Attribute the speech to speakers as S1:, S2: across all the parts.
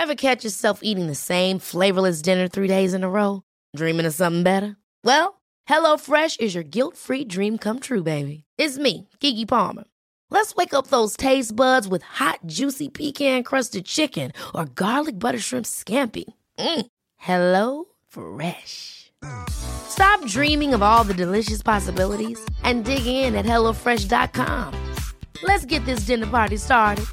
S1: Ever catch yourself eating the same flavorless dinner 3 days in a row? Dreaming of something better? Well, HelloFresh is your guilt-free dream come true, baby. It's me, Keke Palmer. Let's wake up those taste buds with hot, juicy pecan-crusted chicken or garlic butter shrimp scampi. Hello Fresh. Stop dreaming of all the delicious possibilities and dig in at HelloFresh.com. Let's get this dinner party started.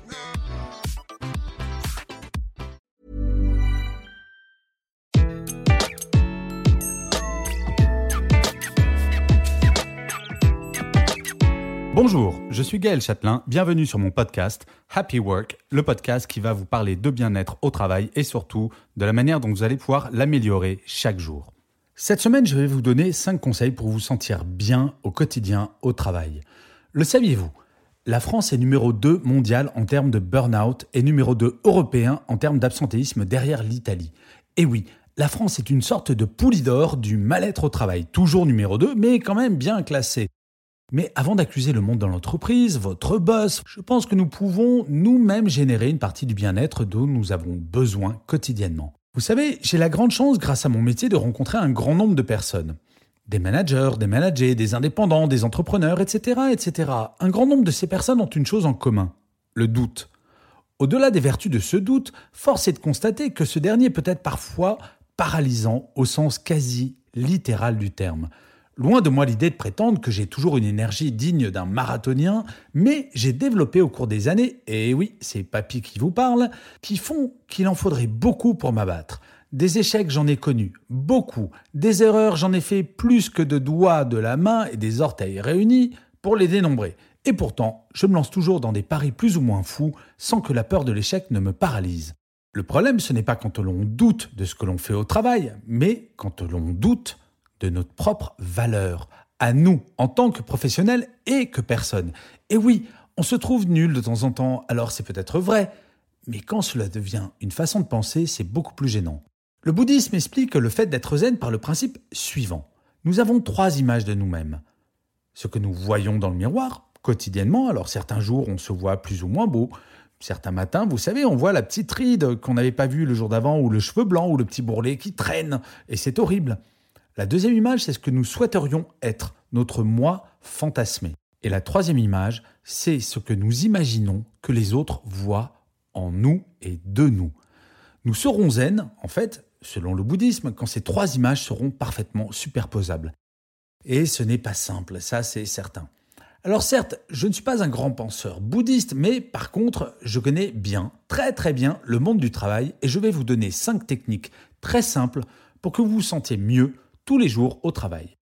S2: Bonjour, je suis Gaël Châtelain, bienvenue sur mon podcast Happy Work, le podcast qui va vous parler de bien-être au travail et surtout de la manière dont vous allez pouvoir l'améliorer chaque jour. Cette semaine, je vais vous donner 5 conseils pour vous sentir bien au quotidien au travail. Le saviez-vous ? La France est numéro 2 mondial en termes de burn-out et numéro 2 européen en termes d'absentéisme derrière l'Italie. Et oui, la France est une sorte de poulie d'or du mal-être au travail, toujours numéro 2, mais quand même bien classé. Mais avant d'accuser le monde dans l'entreprise, votre boss, je pense que nous pouvons nous-mêmes générer une partie du bien-être dont nous avons besoin quotidiennement. Vous savez, j'ai la grande chance, grâce à mon métier, de rencontrer un grand nombre de personnes. Des managers, des managers, des indépendants, des entrepreneurs, etc., etc. Un grand nombre de ces personnes ont une chose en commun, le doute. Au-delà des vertus de ce doute, force est de constater que ce dernier peut être parfois paralysant au sens quasi littéral du terme. Loin de moi l'idée de prétendre que j'ai toujours une énergie digne d'un marathonien, mais j'ai développé au cours des années, et oui, c'est papy qui vous parle, qui font qu'il en faudrait beaucoup pour m'abattre. Des échecs, j'en ai connu, beaucoup. Des erreurs, j'en ai fait plus que de doigts de la main et des orteils réunis pour les dénombrer. Et pourtant, je me lance toujours dans des paris plus ou moins fous sans que la peur de l'échec ne me paralyse. Le problème, ce n'est pas quand l'on doute de ce que l'on fait au travail, mais quand l'on doute de notre propre valeur, à nous, en tant que professionnels et que personne. Et oui, on se trouve nul de temps en temps, alors c'est peut-être vrai, mais quand cela devient une façon de penser, c'est beaucoup plus gênant. Le bouddhisme explique le fait d'être zen par le principe suivant. Nous avons 3 images de nous-mêmes. Ce que nous voyons dans le miroir, quotidiennement, alors certains jours on se voit plus ou moins beau, certains matins, vous savez, on voit la petite ride qu'on n'avait pas vue le jour d'avant, ou le cheveu blanc, ou le petit bourrelet qui traîne, et c'est horrible. La deuxième image, c'est ce que nous souhaiterions être, notre moi fantasmé. Et la troisième image, c'est ce que nous imaginons que les autres voient en nous et de nous. Nous serons zen, en fait, selon le bouddhisme, quand ces 3 images seront parfaitement superposables. Et ce n'est pas simple, ça c'est certain. Alors certes, je ne suis pas un grand penseur bouddhiste, mais par contre, je connais bien, très très bien, le monde du travail et je vais vous donner 5 techniques très simples pour que vous vous sentiez mieux tous les jours au travail.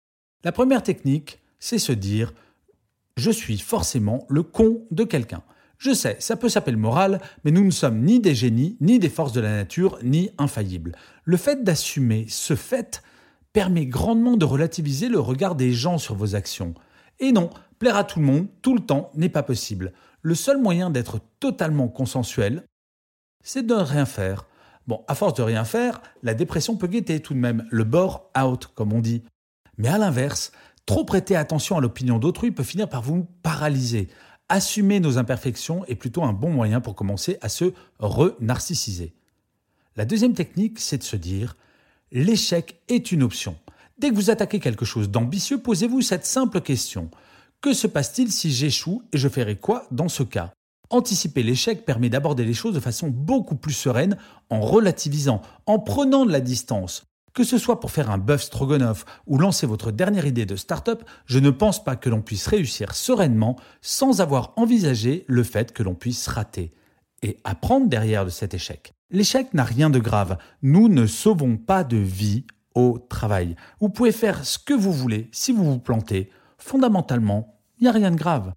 S2: La première technique, c'est se dire « je suis forcément le con de quelqu'un ». Je sais, ça peut s'appeler le moral, mais nous ne sommes ni des génies, ni des forces de la nature, ni infaillibles. Le fait d'assumer ce fait permet grandement de relativiser le regard des gens sur vos actions. Et non, plaire à tout le monde, tout le temps, n'est pas possible. Le seul moyen d'être totalement consensuel, c'est de ne rien faire. Bon, à force de rien faire, la dépression peut guetter tout de même, le bore out, comme on dit. Mais à l'inverse, trop prêter attention à l'opinion d'autrui peut finir par vous paralyser. Assumer nos imperfections est plutôt un bon moyen pour commencer à se re-narcissiser. La deuxième technique, c'est de se dire « l'échec est une option ». Dès que vous attaquez quelque chose d'ambitieux, posez-vous cette simple question. Que se passe-t-il si j'échoue et je ferai quoi dans ce cas ? Anticiper l'échec permet d'aborder les choses de façon beaucoup plus sereine en relativisant, en prenant de la distance. Que ce soit pour faire un bœuf stroganoff ou lancer votre dernière idée de start-up, je ne pense pas que l'on puisse réussir sereinement sans avoir envisagé le fait que l'on puisse rater et apprendre derrière de cet échec. L'échec n'a rien de grave. Nous ne sauvons pas de vie au travail. Vous pouvez faire ce que vous voulez si vous vous plantez. Fondamentalement, il n'y a rien de grave.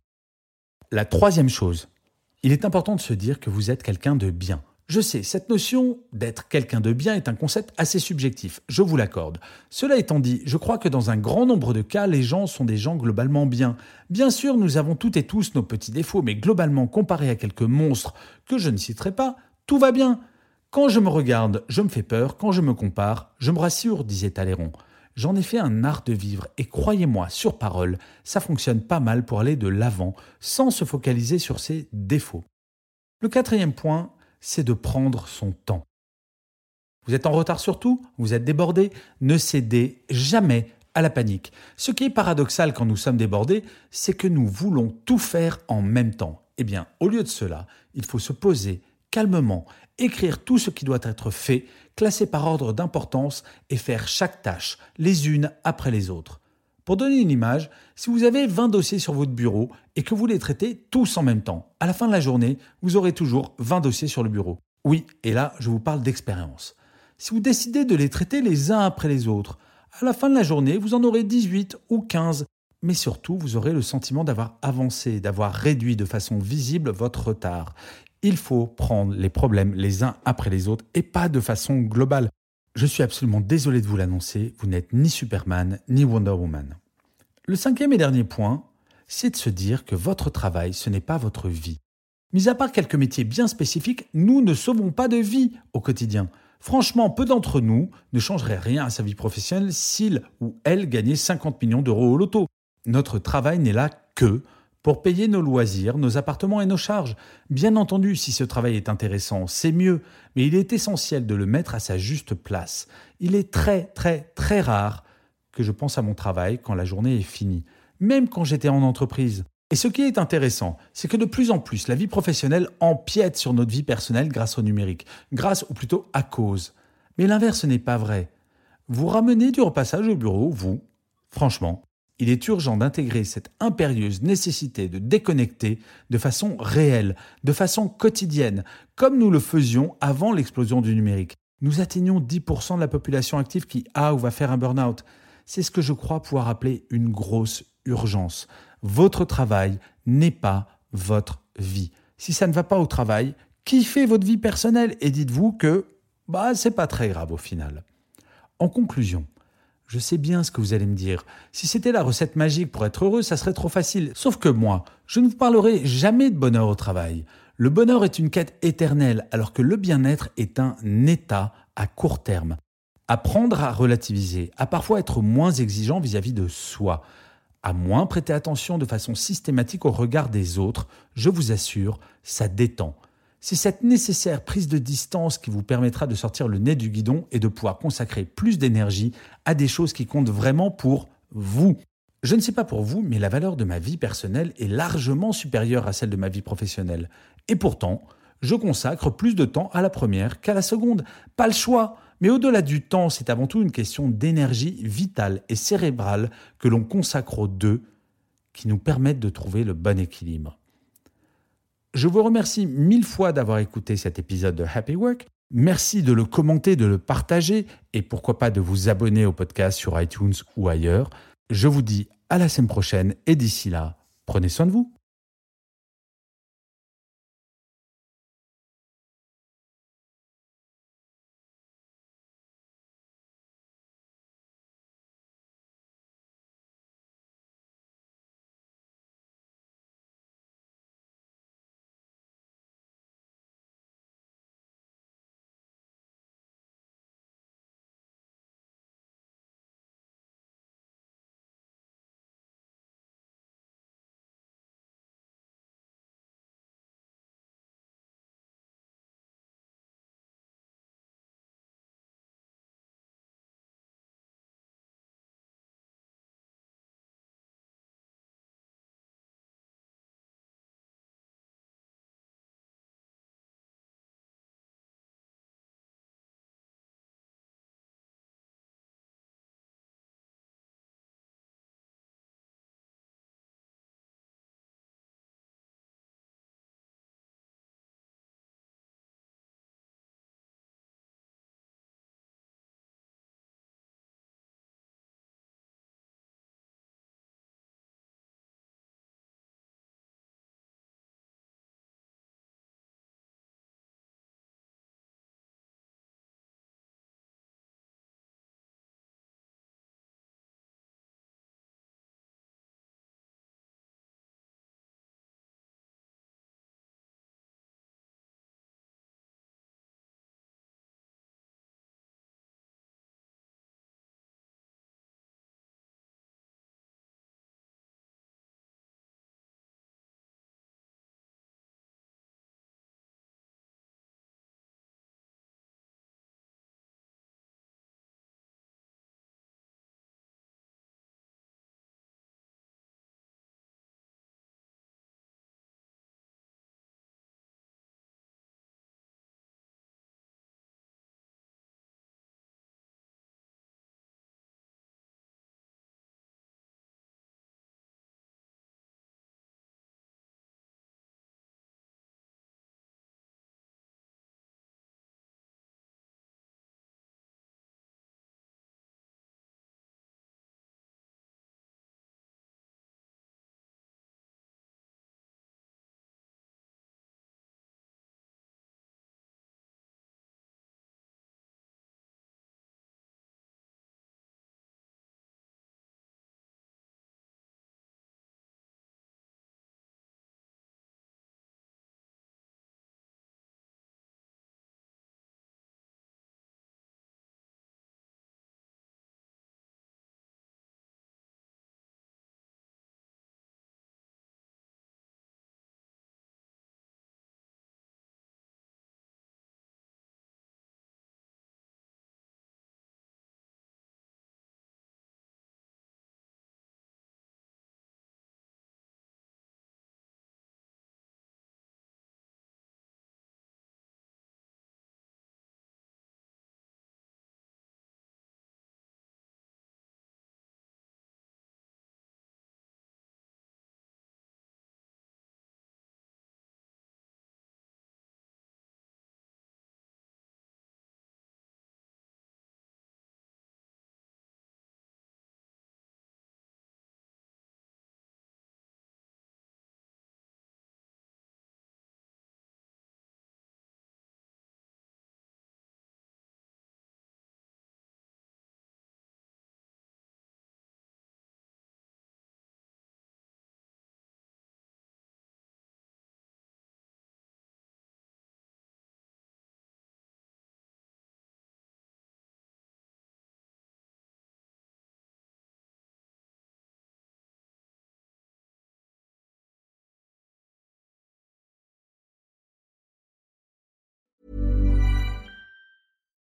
S2: La troisième chose, il est important de se dire que vous êtes quelqu'un de bien. Je sais, cette notion d'être quelqu'un de bien est un concept assez subjectif, je vous l'accorde. Cela étant dit, je crois que dans un grand nombre de cas, les gens sont des gens globalement bien. Bien sûr, nous avons toutes et tous nos petits défauts, mais globalement, comparé à quelques monstres que je ne citerai pas, tout va bien. Quand je me regarde, je me fais peur, quand je me compare, je me rassure, disait Talleyrand. J'en ai fait un art de vivre et croyez-moi, sur parole, ça fonctionne pas mal pour aller de l'avant sans se focaliser sur ses défauts. Le quatrième point, c'est de prendre son temps. Vous êtes en retard sur tout, vous êtes débordé, ne cédez jamais à la panique. Ce qui est paradoxal quand nous sommes débordés, c'est que nous voulons tout faire en même temps. Eh bien, au lieu de cela, il faut se poser calmement, écrire tout ce qui doit être fait, classer par ordre d'importance et faire chaque tâche, les unes après les autres. Pour donner une image, si vous avez 20 dossiers sur votre bureau et que vous les traitez tous en même temps, à la fin de la journée, vous aurez toujours 20 dossiers sur le bureau. Oui, et là, je vous parle d'expérience. Si vous décidez de les traiter les uns après les autres, à la fin de la journée, vous en aurez 18 ou 15. Mais surtout, vous aurez le sentiment d'avoir avancé, d'avoir réduit de façon visible votre retard. Il faut prendre les problèmes les uns après les autres et pas de façon globale. Je suis absolument désolé de vous l'annoncer, vous n'êtes ni Superman ni Wonder Woman. Le cinquième et dernier point, c'est de se dire que votre travail, ce n'est pas votre vie. Mis à part quelques métiers bien spécifiques, nous ne sauvons pas de vie au quotidien. Franchement, peu d'entre nous ne changeraient rien à sa vie professionnelle s'il ou elle gagnait 50 millions d'euros au loto. Notre travail n'est là que pour payer nos loisirs, nos appartements et nos charges. Bien entendu, si ce travail est intéressant, c'est mieux, mais il est essentiel de le mettre à sa juste place. Il est très, très, très rare que je pense à mon travail quand la journée est finie, même quand j'étais en entreprise. Et ce qui est intéressant, c'est que de plus en plus, la vie professionnelle empiète sur notre vie personnelle grâce au numérique, grâce ou plutôt à cause. Mais l'inverse n'est pas vrai. Vous ramenez du repassage au bureau, vous. Franchement, il est urgent d'intégrer cette impérieuse nécessité de déconnecter de façon réelle, de façon quotidienne, comme nous le faisions avant l'explosion du numérique. Nous atteignons 10% de la population active qui a ou va faire un burn-out. C'est ce que je crois pouvoir appeler une grosse urgence. Votre travail n'est pas votre vie. Si ça ne va pas au travail, kiffez votre vie personnelle et dites-vous que c'est pas très grave au final. En conclusion, je sais bien ce que vous allez me dire. Si c'était la recette magique pour être heureux, ça serait trop facile. Sauf que moi, je ne vous parlerai jamais de bonheur au travail. Le bonheur est une quête éternelle, alors que le bien-être est un état à court terme. Apprendre à relativiser, à parfois être moins exigeant vis-à-vis de soi, à moins prêter attention de façon systématique au regard des autres, je vous assure, ça détend. C'est cette nécessaire prise de distance qui vous permettra de sortir le nez du guidon et de pouvoir consacrer plus d'énergie à des choses qui comptent vraiment pour vous. Je ne sais pas pour vous, mais la valeur de ma vie personnelle est largement supérieure à celle de ma vie professionnelle. Et pourtant, je consacre plus de temps à la première qu'à la seconde. Pas le choix. Mais au-delà du temps, c'est avant tout une question d'énergie vitale et cérébrale que l'on consacre aux deux qui nous permettent de trouver le bon équilibre. Je vous remercie 1000 fois d'avoir écouté cet épisode de Happy Work. Merci de le commenter, de le partager et pourquoi pas de vous abonner au podcast sur iTunes ou ailleurs. Je vous dis à la semaine prochaine et d'ici là, prenez soin de vous.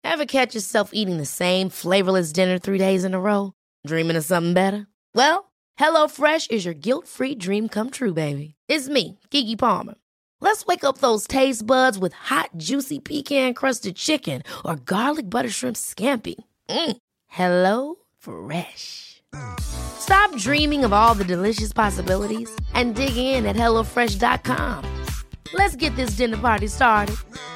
S1: Ever catch yourself eating the same flavorless dinner 3 days in a row? Dreaming of something better? Well, HelloFresh is your guilt-free dream come true, baby. It's me, Keke Palmer. Let's wake up those taste buds with hot, juicy pecan-crusted chicken or garlic butter shrimp scampi. Hello Fresh. Stop dreaming of all the delicious possibilities and dig in at HelloFresh.com. Let's get this dinner party started.